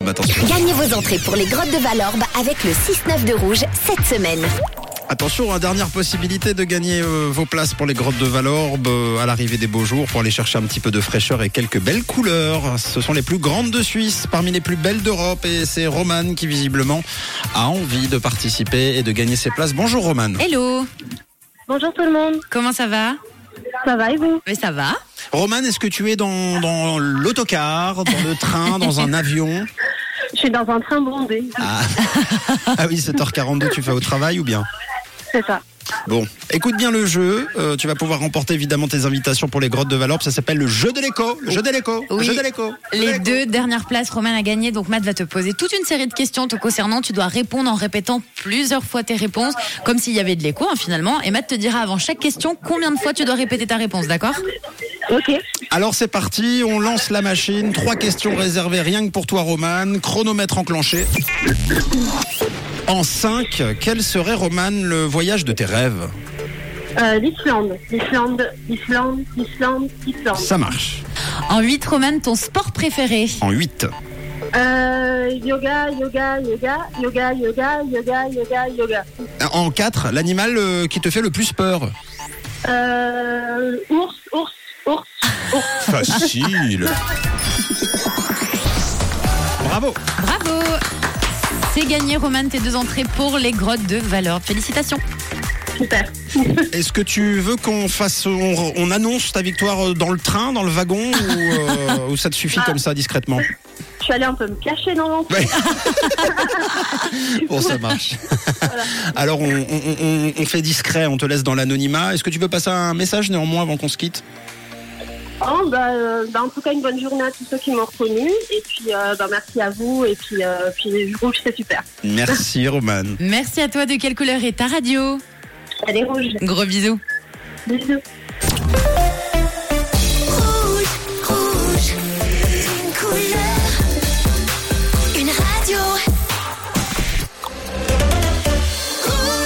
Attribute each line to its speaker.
Speaker 1: attention.
Speaker 2: Gagnez vos entrées pour les grottes de Valorbe avec le 6-9 de rouge cette semaine.
Speaker 1: Attention, dernière possibilité de gagner vos places pour les grottes de Valorbe à l'arrivée des beaux jours pour aller chercher un petit peu de fraîcheur et quelques belles couleurs. Ce sont les plus grandes de Suisse, parmi les plus belles d'Europe, et c'est Romane qui visiblement a envie de participer et de gagner ses places. Bonjour Romane.
Speaker 3: Hello.
Speaker 4: Bonjour tout le monde.
Speaker 3: Comment ça va?
Speaker 4: Ça va et vous?
Speaker 3: Mais ça va.
Speaker 1: Romane, est-ce que tu es dans l'autocar, dans le train, dans un avion?
Speaker 4: Je suis dans un train bondé.
Speaker 1: Ah oui, 7h42, tu fais au travail ou bien?
Speaker 4: C'est ça.
Speaker 1: Bon, écoute bien le jeu. Tu vas pouvoir remporter évidemment tes invitations pour les grottes de Valorbe. Ça s'appelle le jeu de l'écho. Le jeu de l'écho.
Speaker 3: Oui.
Speaker 1: Le jeu de l'écho.
Speaker 3: Les 2 dernières places, Romane a gagné. Donc Matt va te poser toute une série de questions te concernant. Tu dois répondre en répétant plusieurs fois tes réponses, comme s'il y avait de l'écho finalement. Et Matt te dira avant chaque question combien de fois tu dois répéter ta réponse, d'accord?
Speaker 4: Ok.
Speaker 1: Alors c'est parti, on lance la machine. 3 questions réservées rien que pour toi Romane. Chronomètre enclenché. En 5, quel serait, Romane, le voyage de tes rêves?
Speaker 4: L'Islande.
Speaker 1: Ça marche.
Speaker 3: En 8, Romane, ton sport préféré?
Speaker 1: En 8.
Speaker 4: Yoga.
Speaker 1: En 4, l'animal qui te fait le plus peur?
Speaker 4: Ours.
Speaker 1: Facile. Bravo.
Speaker 3: Bravo. C'est gagné, Romane, tes 2 entrées pour les grottes de Valorbe. Félicitations.
Speaker 4: Super.
Speaker 1: Est-ce que tu veux on annonce ta victoire dans le train, dans le wagon, ou ça te suffit comme ça, discrètement?
Speaker 4: Je suis allée un peu me cacher dans l'entrée.
Speaker 1: Ouais. Bon, ça marche.
Speaker 4: Voilà.
Speaker 1: Alors, on fait discret, on te laisse dans l'anonymat. Est-ce que tu peux passer un message néanmoins avant qu'on se quitte?
Speaker 4: En tout cas, une bonne journée à tous ceux qui m'ont reconnu. Et puis, merci à vous. Et puis rouge, c'est super.
Speaker 1: Merci, Romane.
Speaker 3: Merci à toi. De quelle couleur est ta radio?
Speaker 4: Elle est rouge.
Speaker 3: Gros bisous.
Speaker 4: Bisous.